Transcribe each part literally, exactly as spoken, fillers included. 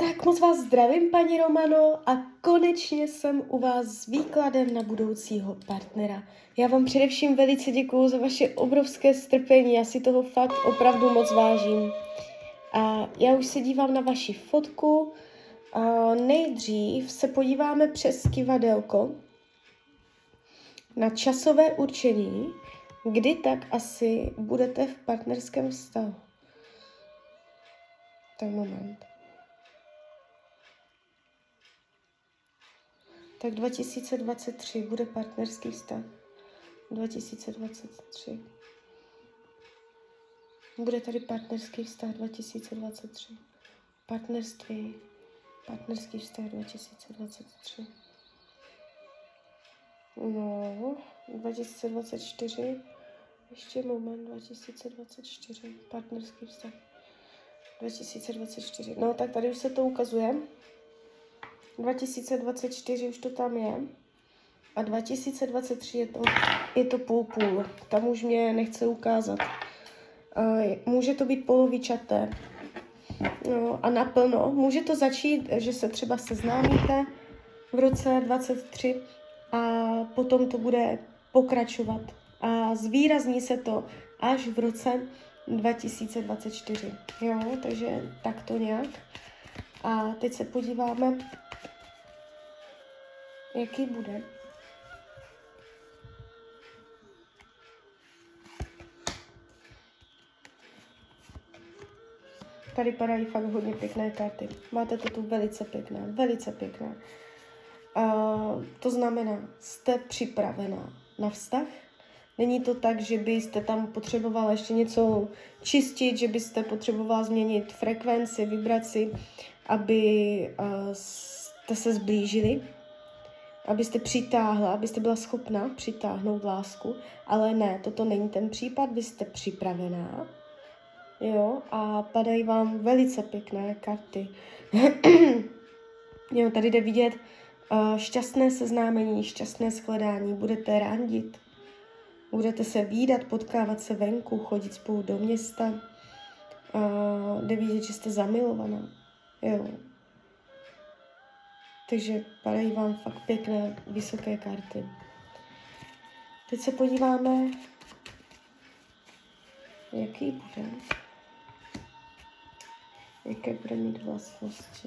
tak moc vás zdravím, paní Romano, a konečně jsem u vás s výkladem na budoucího partnera. Já vám především velice děkuju za vaše obrovské strpení, já si toho fakt opravdu moc vážím. A já už se dívám na vaši fotku. A nejdřív se podíváme přes kivadelko na časové určení, kdy tak asi budete v partnerském vztahu. Tak moment. Tak dva tisíce dvacet tři bude partnerský vztah. dva tisíce dvacet tři. Bude tady partnerský vztah dva tisíce dvacet tři. Partnerství. Partnerský vztah dva tisíce dvacet tři. No, dva tisíce dvacet čtyři. Ještě moment, dva tisíce dvacet čtyři. Partnerský vztah. dva tisíce dvacet čtyři. No, tak tady už se to ukazuje. dva tisíce dvacet čtyři už to tam je. A dva tisíce dvacet tři je to, je to půl půl. Tam už mě nechce ukázat. Uh, může to být polovičaté. No, a naplno. Může to začít, že se třeba seznámíte v roce dvacet tři a potom to bude pokračovat. A zvýrazní se to až v roce dva tisíce dvacet čtyři. Jo, takže tak to nějak. A teď se podíváme, jaký bude. Tady padají fakt hodně pěkné karty. Máte to tu velice pěkné, velice pěkné. Uh, to znamená, jste připravená na vztah. Není to tak, že byste tam potřebovala ještě něco čistit, že byste potřebovala změnit frekvenci, vibraci, aby uh, jste se zblížili, abyste přitáhla, abyste byla schopná přitáhnout lásku, ale ne, toto není ten případ, vy jste připravená. Jo, a padají vám velice pěkné karty. Jo, tady jde vidět uh, šťastné seznámení, šťastné shledání, budete randit, budete se vídat, potkávat se venku, chodit spolu do města, uh, jde vidět, že jste zamilovaná. Jo. Takže padají vám fakt pěkné, vysoké karty. Teď se podíváme, jaký bude. Jaké bude mít vlastnosti.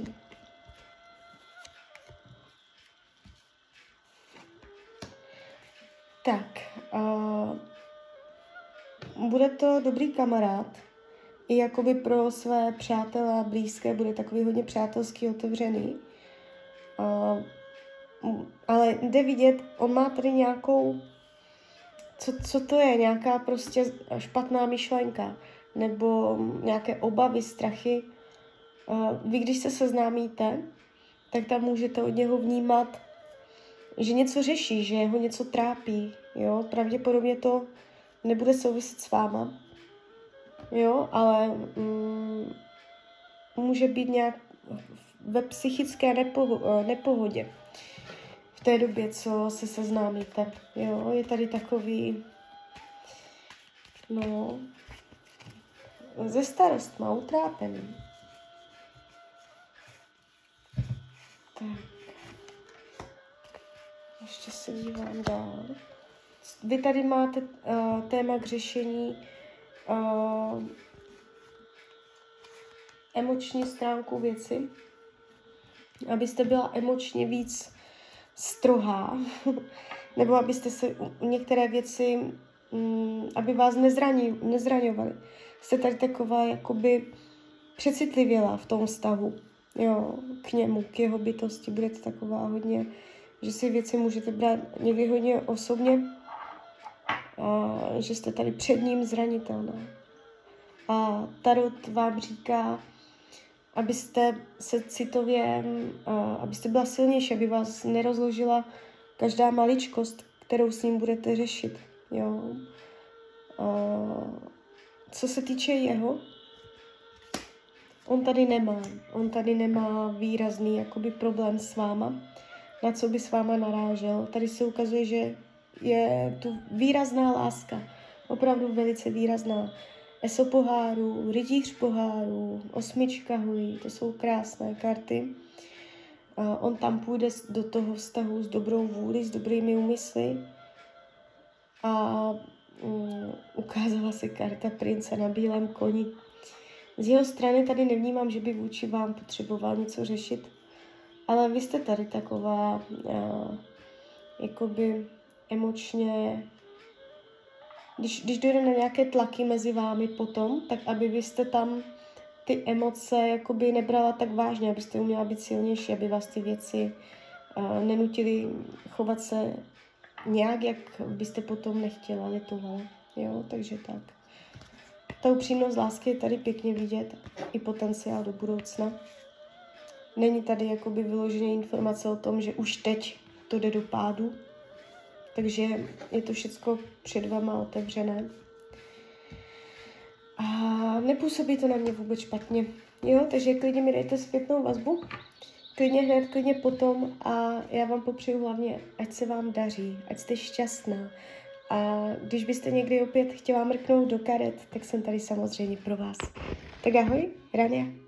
Tak, uh, bude to dobrý kamarád. I jakoby pro své přátelé a blízké bude takový hodně přátelský, otevřený. Uh, ale jde vidět, on má tady nějakou, co, co to je, nějaká prostě špatná myšlenka, nebo nějaké obavy, strachy. Uh, vy, když se seznámíte, tak tam můžete od něho vnímat, že něco řeší, že ho něco trápí, jo, pravděpodobně to nebude souviset s váma, jo, ale mm, může být nějak ve psychické nepoho- nepohodě v té době, co se seznámíte, jo, je tady takový, no, ze starostma, utrápený. Tak. Ještě se dívám dál. Vy tady máte uh, téma k řešení uh, emoční stránku věci, abyste byla emočně víc strohá, nebo abyste se u některé věci, um, aby vás nezraní, nezraňovaly. Jste tady taková jakoby přecitlivělá v tom vztahu, jo, k němu, k jeho bytosti. Budete taková hodně, že si věci můžete brát někdy hodně osobně, a že jste tady před ním zranitelná. A Tarot vám říká, abyste se citově, a abyste byla silnější, aby vás nerozložila každá maličkost, kterou s ním budete řešit. Jo. A co se týče jeho, on tady nemá. On tady nemá výrazný jakoby problém s váma, na co by s váma narážel. Tady se ukazuje, že je tu výrazná láska. Opravdu velice výrazná. Eso pohárů, rytíř pohárů, osmička holí, to jsou krásné karty. Uh, on tam půjde do toho vztahu s dobrou vůli, s dobrými úmysly. A um, ukázala se karta prince na bílém koni. Z jeho strany tady nevnímám, že by vůči vám potřeboval něco řešit, ale vy jste tady taková uh, jakoby emočně, když, když dojde na nějaké tlaky mezi vámi potom, tak aby vy jste tam ty emoce jakoby nebrala tak vážně, abyste uměla být silnější, aby vás ty věci uh, nenutily chovat se nějak, jak byste potom nechtěla, litovala. Jo, takže tak. Ta upřímnost lásky je tady pěkně vidět, i potenciál do budoucna. Není tady jakoby vyloženě informace o tom, že už teď to jde do pádu, takže je to všecko před váma otevřené. A nepůsobí to na mě vůbec špatně. Jo, takže klidně mi dejte zpětnou vazbu, klidně hned, klidně potom a já vám popřeju hlavně, ať se vám daří, ať jste šťastná. A když byste někdy opět chtěla mrknout do karet, tak jsem tady samozřejmě pro vás. Tak ahoj, Rania.